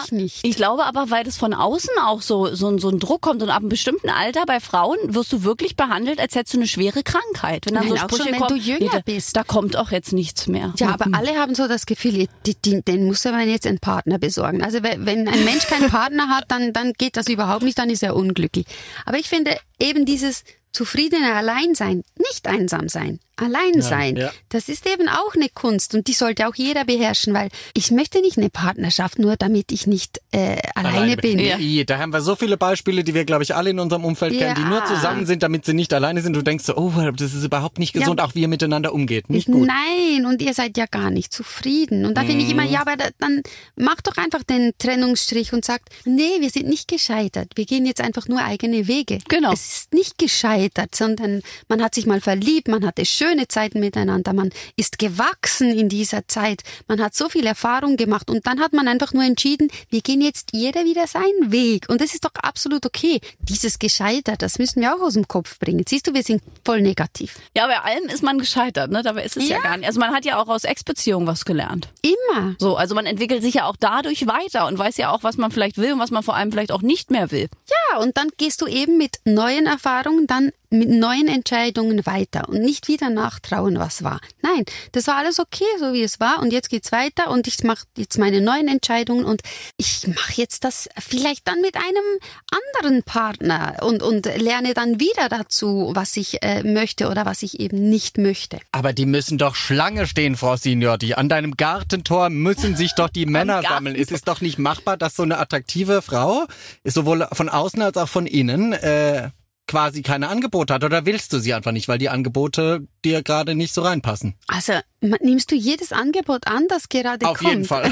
aber, weil das von außen auch so ein Druck kommt und ab einem bestimmten Alter bei Frauen wirst du wirklich behandelt, als hättest du eine schwere Krankheit. Wenn dann so Sprüche schon, wenn kommen, du jünger bist. Da kommt auch jetzt nichts mehr. Ja, aber alle haben so das Gefühl, den muss man jetzt einen Partner besorgen. Also wenn ein Mensch keinen Partner hat, dann geht das überhaupt nicht, dann ist er unglücklich. Aber ich finde eben dieses zufriedene Alleinsein, nicht einsam sein, allein sein, das ist eben auch eine Kunst und die sollte auch jeder beherrschen, weil ich möchte nicht eine Partnerschaft, nur damit ich nicht alleine bin. Ja. Da haben wir so viele Beispiele, die wir, glaube ich, alle in unserem Umfeld kennen, die nur zusammen sind, damit sie nicht alleine sind. Du denkst so, oh, das ist überhaupt nicht gesund, auch wie ihr miteinander umgeht. Nicht gut. Nein, und ihr seid ja gar nicht zufrieden. Und da finde ich immer, ja, aber dann macht doch einfach den Trennungsstrich und sagt, nee, wir sind nicht gescheitert. Wir gehen jetzt einfach nur eigene Wege. Genau. Es ist nicht gescheitert, sondern man hat sich mal verliebt, man hatte schöne Zeiten miteinander, man ist gewachsen in dieser Zeit, man hat so viel Erfahrung gemacht und dann hat man einfach nur entschieden, wir gehen jetzt jeder wieder seinen Weg und das ist doch absolut okay. Dieses Gescheitert, das müssen wir auch aus dem Kopf bringen. Siehst du, wir sind voll negativ. Ja, bei allem ist man gescheitert, ne? Dabei ist es ja gar nicht. Also man hat ja auch aus Ex-Beziehungen was gelernt. Immer. So, also man entwickelt sich ja auch dadurch weiter und weiß ja auch, was man vielleicht will und was man vor allem vielleicht auch nicht mehr will. Ja, und dann gehst du eben mit neuen Erfahrungen dann mit neuen Entscheidungen weiter und nicht wieder nachtrauen, was war. Nein, das war alles okay, so wie es war und jetzt geht's weiter und ich mache jetzt meine neuen Entscheidungen und ich mache jetzt das vielleicht dann mit einem anderen Partner und lerne dann wieder dazu, was ich möchte oder was ich eben nicht möchte. Aber die müssen doch Schlange stehen, Frau Signotti. An deinem Gartentor müssen sich doch die Männer sammeln. Es ist doch nicht machbar, dass so eine attraktive Frau, sowohl von außen als auch von innen, quasi keine Angebote hat, oder willst du sie einfach nicht, weil die Angebote dir gerade nicht so reinpassen? Also nimmst du jedes Angebot an, das gerade kommt? Auf jeden Fall.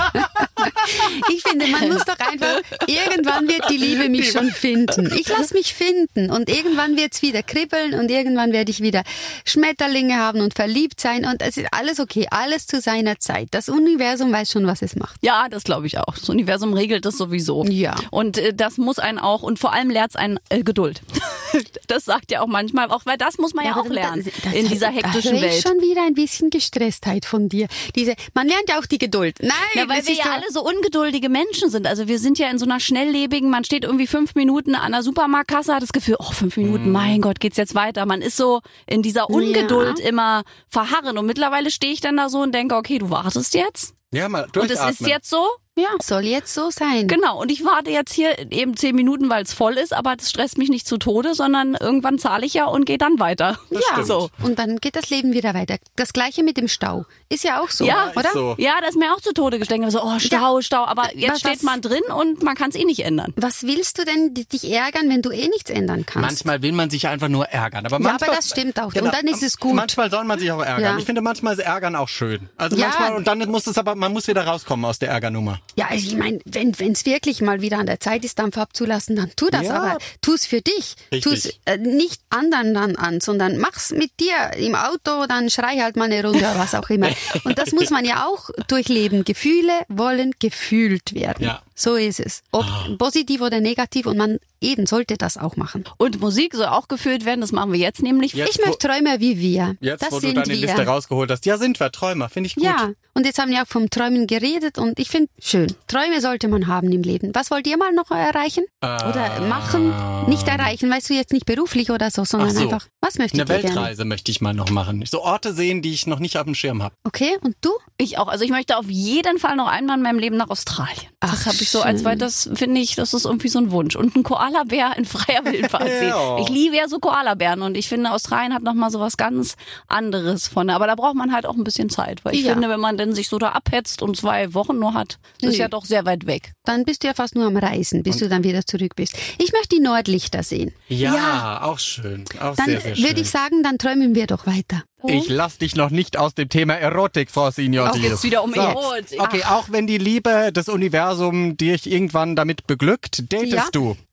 Ich finde, man muss doch einfach, irgendwann wird die Liebe mich schon finden. Ich lasse mich finden und irgendwann wird's wieder kribbeln und irgendwann werde ich wieder Schmetterlinge haben und verliebt sein und es ist alles okay, alles zu seiner Zeit. Das Universum weiß schon, was es macht. Ja, das glaube ich auch. Das Universum regelt das sowieso. Ja. Und das muss einen auch, und vor allem lehrt es einen Geduld. Das sagt ja auch manchmal, auch weil das muss man ja auch lernen in dieser hektischen Welt. Da höre Welt. ich schon wieder ein bisschen Gestresstheit von dir. Man lernt ja auch die Geduld. Nein, weil wir ja alle so ungeduldige Menschen sind. Also wir sind ja in so einer schnelllebigen, man steht irgendwie 5 Minuten an der Supermarktkasse, hat das Gefühl, 5 Minuten, mein Gott, geht's jetzt weiter. Man ist so in dieser Ungeduld immer verharren. Und mittlerweile stehe ich dann da so und denke, okay, du wartest jetzt. Ja, mal durchatmen. Und es ist jetzt so. Ja, soll jetzt so sein. Genau, und ich warte jetzt hier eben 10 Minuten, weil es voll ist, aber das stresst mich nicht zu Tode, sondern irgendwann zahle ich ja und gehe dann weiter. Ja, so. Und dann geht das Leben wieder weiter. Das Gleiche mit dem Stau. Ist ja auch so, ja, oder? So. Ja, das ist mir auch zu Tode gesteckt. So, Stau, aber jetzt steht man drin und man kann es eh nicht ändern. Was willst du denn dich ärgern, wenn du eh nichts ändern kannst? Manchmal will man sich einfach nur ärgern. Aber manchmal, aber das stimmt auch. Genau, und dann ist es gut. Manchmal soll man sich auch ärgern. Ja. Ich finde, manchmal ist Ärgern auch schön. Also manchmal, und dann muss es aber, man muss wieder rauskommen aus der Ärgernummer. Ja, also ich meine, wenn es wirklich mal wieder an der Zeit ist, Dampf abzulassen, dann tu das. Ja. Aber tu es für dich. Tu es nicht anderen dann an, sondern mach's mit dir im Auto, dann schrei halt mal eine Runde, was auch immer. Und das muss man ja auch durchleben. Gefühle wollen gefühlt werden. Ja. So ist es. Ob positiv oder negativ, und man eben sollte das auch machen. Und Musik soll auch gefühlt werden, das machen wir jetzt nämlich. Ich möchte Träumer wie wir. Jetzt, das wo sind du deine Liste rausgeholt hast. Ja, sind wir Träumer, finde ich gut. Ja, und jetzt haben wir auch vom Träumen geredet und ich finde, schön. Träume sollte man haben im Leben. Was wollt ihr mal noch erreichen? Oder machen? Nicht erreichen, weißt du, jetzt nicht beruflich oder so, sondern einfach, was möchtet ihr gerne? Eine Weltreise möchte ich mal noch machen. So Orte sehen, die ich noch nicht auf dem Schirm habe. Okay, und du? Ich auch. Also ich möchte auf jeden Fall noch einmal in meinem Leben nach Australien. Das habe ich so als weit, das finde ich, das ist irgendwie so ein Wunsch. Und ein Koalabär in freier Wildbahn sehen. Ich liebe ja so Koalabären und ich finde, Australien hat nochmal so was ganz anderes von. Aber da braucht man halt auch ein bisschen Zeit. Weil ich finde, wenn man denn sich so da abhetzt und 2 Wochen nur hat, das ist ja doch sehr weit weg. Dann bist du ja fast nur am Reisen, bis du dann wieder zurück bist. Ich möchte die Nordlichter sehen. Ja, auch schön. Auch dann sehr, sehr schön. Würde ich sagen, dann träumen wir doch weiter. Ich lass dich noch nicht aus dem Thema Erotik, Frau Signotti. Auch jetzt wieder um Erotik. Okay, auch wenn die Liebe des Universums dich irgendwann damit beglückt, datest du?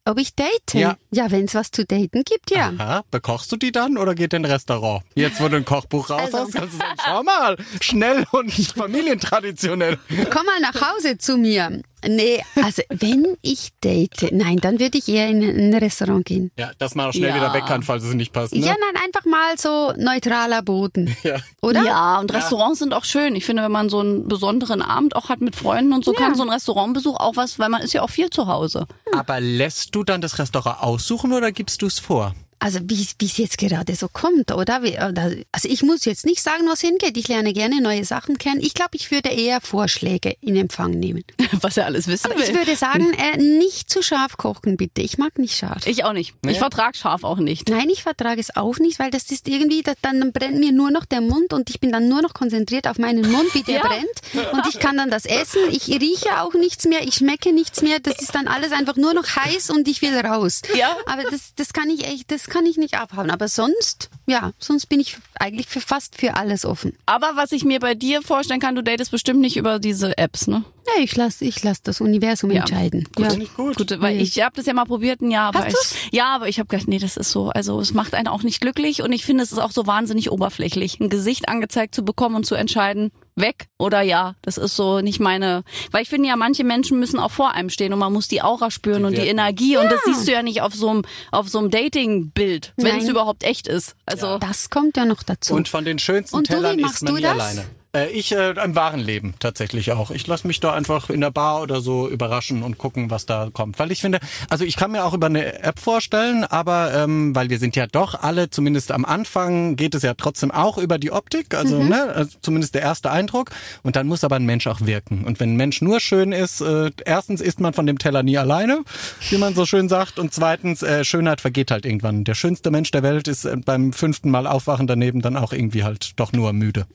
Ob ich date? Ja. Ja, wenn es was zu daten gibt, ja. Aha, bekochst du die dann oder geht in ein Restaurant? Jetzt, wo du ein Kochbuch raus hast, kannst du sagen, schau mal, schnell und familientraditionell. Komm mal nach Hause zu mir. Nee, also wenn ich date, nein, dann würde ich eher in ein Restaurant gehen. Ja, dass man auch schnell wieder weg kann, falls es nicht passt. Ne? Ja, nein, einfach mal so neutraler Boden. Ja. Oder? Ja, und Restaurants sind auch schön. Ich finde, wenn man so einen besonderen Abend auch hat mit Freunden und so, kann so ein Restaurantbesuch auch was, weil man ist ja auch viel zu Hause. Aber lässt du dann das Restaurant aussuchen oder gibst du es vor? Also wie es jetzt gerade so kommt, oder? Also ich muss jetzt nicht sagen, was hingeht. Ich lerne gerne neue Sachen kennen. Ich glaube, ich würde eher Vorschläge in Empfang nehmen. Was er alles wissen Aber will. ich würde sagen, nicht zu scharf kochen, bitte. Ich mag nicht scharf. Ich auch nicht. Ich vertrage scharf auch nicht. Nein, ich vertrage es auch nicht, weil das ist irgendwie, dann brennt mir nur noch der Mund und ich bin dann nur noch konzentriert auf meinen Mund, wie der brennt. Und ich kann dann das essen. Ich rieche auch nichts mehr, ich schmecke nichts mehr. Das ist dann alles einfach nur noch heiß und ich will raus. Ja. Aber das kann ich nicht abhauen. Aber sonst bin ich eigentlich fast für alles offen. Aber was ich mir bei dir vorstellen kann, du datest bestimmt nicht über diese Apps, ne? Ja, ich lass das Universum entscheiden. Gut, Ja. finde ich gut. Weil ich habe das ja mal probiert ein Jahr. Hast du's? Aber ich habe gedacht, nee, das ist so, also es macht einen auch nicht glücklich und ich finde, es ist auch so wahnsinnig oberflächlich, ein Gesicht angezeigt zu bekommen und zu entscheiden, weg oder ja. Das ist so nicht meine, weil ich finde ja, manche Menschen müssen auch vor einem stehen und man muss die Aura spüren und die Energie und das siehst du ja nicht auf so einem Dating-Bild, wenn es überhaupt echt ist. Also Das kommt ja noch dazu. Und von den schönsten Und du, wie Tellern machst isst man du nie das? alleine. Ich im wahren Leben tatsächlich auch. Ich lasse mich da einfach in der Bar oder so überraschen und gucken, was da kommt. Weil ich finde, also ich kann mir auch über eine App vorstellen, aber weil wir sind ja doch alle, zumindest am Anfang geht es ja trotzdem auch über die Optik, also, also zumindest der erste Eindruck. Und dann muss aber ein Mensch auch wirken. Und wenn ein Mensch nur schön ist, erstens isst man von dem Teller nie alleine, wie man so schön sagt. Und zweitens, Schönheit vergeht halt irgendwann. Der schönste Mensch der Welt ist beim 5. Mal Aufwachen daneben dann auch irgendwie halt doch nur müde.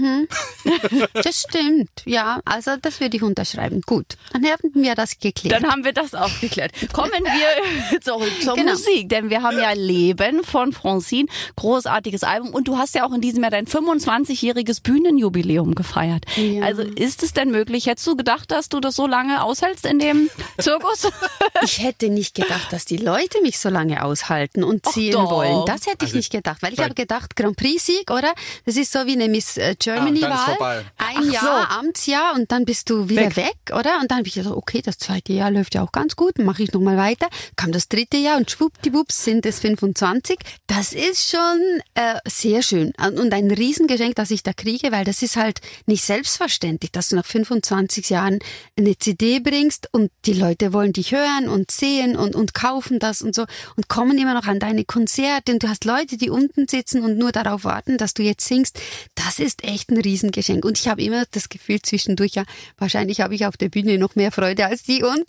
Das stimmt, ja. Also das würde ich unterschreiben. Gut, dann haben wir das geklärt. dann haben wir das auch geklärt. Kommen wir zurück zur Musik, denn wir haben ja Leben von Francine, großartiges Album und du hast ja auch in diesem Jahr dein 25-jähriges Bühnenjubiläum gefeiert. Ja. Also ist es denn möglich, hättest du gedacht, dass du das so lange aushältst in dem Zirkus? Ich hätte nicht gedacht, dass die Leute mich so lange aushalten und ziehen doch. wollen. Das hätte ich nicht gedacht, weil ich habe gedacht, Grand Prix-Sieg, oder? Das ist so wie eine Miss Germany-Wahl. Ein Jahr, Amtsjahr und dann bist du wieder weg, oder? Und dann habe ich gedacht, okay, das 2. Jahr läuft ja auch ganz gut, mache ich nochmal weiter. Kam das 3. Jahr und schwuppdiwupps sind es 25. Das ist schon sehr schön und ein Riesengeschenk, das ich da kriege, weil das ist halt nicht selbstverständlich, dass du nach 25 Jahren eine CD bringst und die Leute wollen dich hören und sehen und kaufen das und so und kommen immer noch an deine Konzerte und du hast Leute, die unten sitzen und nur darauf warten, dass du jetzt singst. Das ist echt ein Riesengeschenk. Und ich habe immer das Gefühl zwischendurch, ja, wahrscheinlich habe ich auf der Bühne noch mehr Freude als die unten.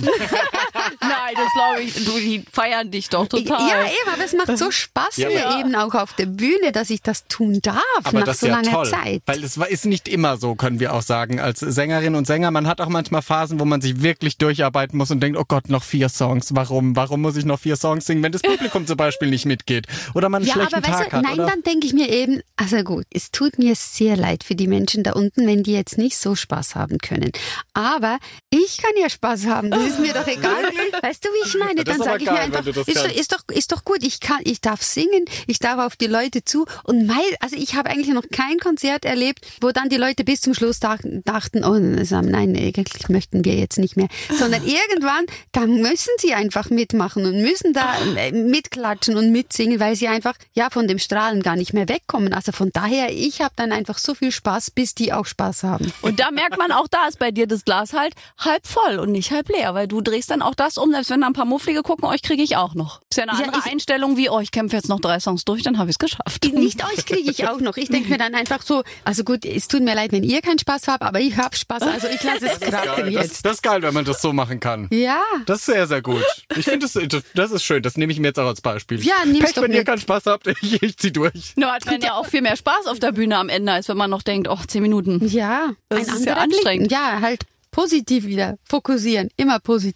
Nein, das glaube ich. Die feiern dich doch total. Ja, eben, aber es macht so Spaß mir eben auch auf der Bühne, dass ich das tun darf Aber nach das so ist ja langer toll, Zeit. weil es ist nicht immer so, können wir auch sagen, als Sängerin und Sänger. Man hat auch manchmal Phasen, wo man sich wirklich durcharbeiten muss und denkt, oh Gott, noch 4 Songs. Warum muss ich noch 4 Songs singen, wenn das Publikum zum Beispiel nicht mitgeht? Oder man einen schlechten Tag hat. Nein, oder? dann denke ich mir eben, also gut, es tut mir sehr leid für die Menschen da unten, wenn die jetzt nicht so Spaß haben können. Aber ich kann ja Spaß haben, das ist mir doch egal. Weißt du, wie ich meine? Das Dann ist aber sage ich mir geil, einfach, wenn du das ist doch gut, ich darf singen, ich darf auf die Leute zu und also ich habe eigentlich noch kein Konzert erlebt, wo dann die Leute bis zum Schluss dachten, oh nein, eigentlich möchten wir jetzt nicht mehr, sondern irgendwann, da müssen sie einfach mitmachen und müssen da mitklatschen und mitsingen, weil sie einfach von dem Strahlen gar nicht mehr wegkommen. Also von daher, ich habe dann einfach so viel Spaß, bis die auch Spaß haben. Und da merkt man auch, da ist bei dir das Glas halt halb voll und nicht halb leer, weil du drehst dann auch das um, selbst wenn da ein paar Mufflige gucken, euch kriege ich auch noch. Ist ja eine andere Einstellung wie, ich kämpfe jetzt noch 3 Songs durch, dann habe ich es geschafft. Nicht euch kriege ich auch noch. Ich denke mir dann einfach so, also gut, es tut mir leid, wenn ihr keinen Spaß habt, aber ich habe Spaß, also ich lasse es krachen jetzt. Das ist geil, wenn man das so machen kann. Ja. Das ist sehr, sehr gut. Ich finde, das ist schön. Das nehme ich mir jetzt auch als Beispiel. Ja, nimm's Pech, doch wenn ihr mit. keinen Spaß habt, ich zieh durch. Nur hat man ja auch viel mehr Spaß auf der Bühne am Ende, als wenn man noch denkt, 10 Minuten. Ja. Das ist ja anstrengend. Ja, halt positiv wieder fokussieren, immer positiv.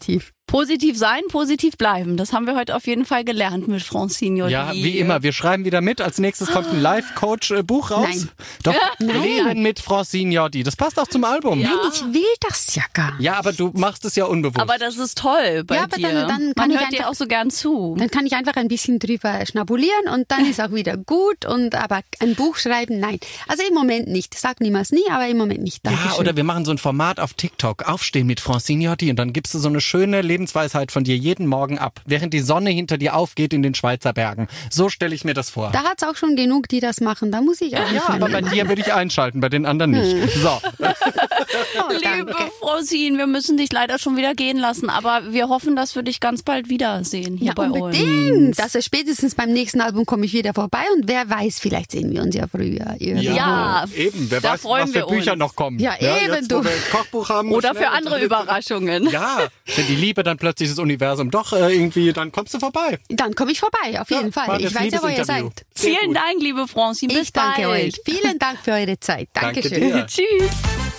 Positiv sein, positiv bleiben. Das haben wir heute auf jeden Fall gelernt mit Francine Jordi. Ja, wie immer. Wir schreiben wieder mit. Als nächstes kommt ein Life-Coach-Buch raus. Nein. Doch, Nein. Leben mit Francine Jordi. Das passt auch zum Album. Nein, ich will das ja gar nicht. Ja, aber du machst es ja unbewusst. Aber das ist toll bei Ja, aber dir. dann kann Man ich hört dir einfach- auch so gern zu. Dann kann ich einfach ein bisschen drüber schnabulieren und dann ist auch wieder gut. Aber ein Buch schreiben, nein. Also im Moment nicht. Sag niemals nie, aber im Moment nicht. Dankeschön. Ja, oder wir machen so ein Format auf TikTok. Aufstehen mit Francine Jordi und dann gibst du so eine schöne Lebensweisheit von dir jeden Morgen ab, während die Sonne hinter dir aufgeht in den Schweizer Bergen. So stelle ich mir das vor. Da hat's auch schon genug, die das machen. Da muss ich auch nicht Ja, aber bei mehr. dir würde ich einschalten, bei den anderen nicht. So. Oh, Liebe danke. Francine, wir müssen dich leider schon wieder gehen lassen, aber wir hoffen, dass wir dich ganz bald wiedersehen hier Ja, bei unbedingt. uns. Also spätestens beim nächsten Album komme ich wieder vorbei und wer weiß, vielleicht sehen wir uns ja früher. Irgendwo. Ja, Eben, wer da weiß, freuen was wir für Bücher uns. noch kommen. Ja, eben, jetzt, wo du. wir ein Kochbuch haben. Oder schnell für andere mit- Überraschungen. Ja, wenn die Liebe dann plötzlich das Universum doch irgendwie, dann kommst du vorbei. Dann komme ich vorbei, auf jeden Fall. machen Ich das weiß ja, wo ihr Liebesinterview. seid. Sehr Vielen gut. Dank, liebe Francine. Bis Ich danke bald. euch. Vielen Dank für eure Zeit. Danke Dankeschön. dir. Tschüss.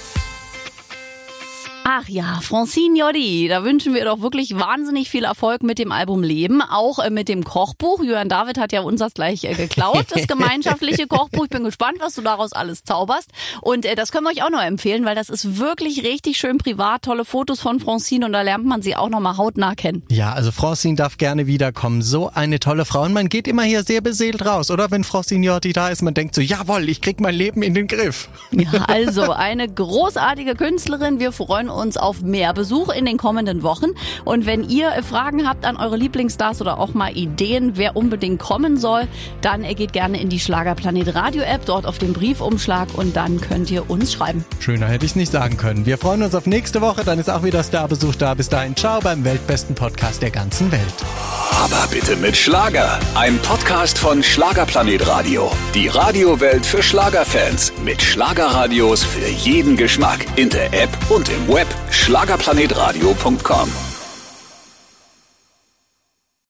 Ach ja, Francine Jordi, da wünschen wir doch wirklich wahnsinnig viel Erfolg mit dem Album Leben, auch mit dem Kochbuch. Jörn David hat ja unseres gleich geklaut, das gemeinschaftliche Kochbuch. Ich bin gespannt, was du daraus alles zauberst. Und das können wir euch auch noch empfehlen, weil das ist wirklich richtig schön privat, tolle Fotos von Francine und da lernt man sie auch noch mal hautnah kennen. Ja, also Francine darf gerne wiederkommen. So eine tolle Frau. Und man geht immer hier sehr beseelt raus, oder? Wenn Francine Jordi da ist, man denkt so, jawohl, ich krieg mein Leben in den Griff. Ja, also eine großartige Künstlerin. Wir freuen uns auf mehr Besuch in den kommenden Wochen. Und wenn ihr Fragen habt an eure Lieblingsstars oder auch mal Ideen, wer unbedingt kommen soll, dann geht gerne in die Schlagerplanet Radio App, dort auf den Briefumschlag und dann könnt ihr uns schreiben. Schöner hätte ich es nicht sagen können. Wir freuen uns auf nächste Woche, dann ist auch wieder Starbesuch da. Bis dahin, ciao beim weltbesten Podcast der ganzen Welt. Aber bitte mit Schlager. Ein Podcast von Schlagerplanet Radio. Die Radiowelt für Schlagerfans. Mit Schlagerradios für jeden Geschmack. In der App und im Web. Schlagerplanetradio.com.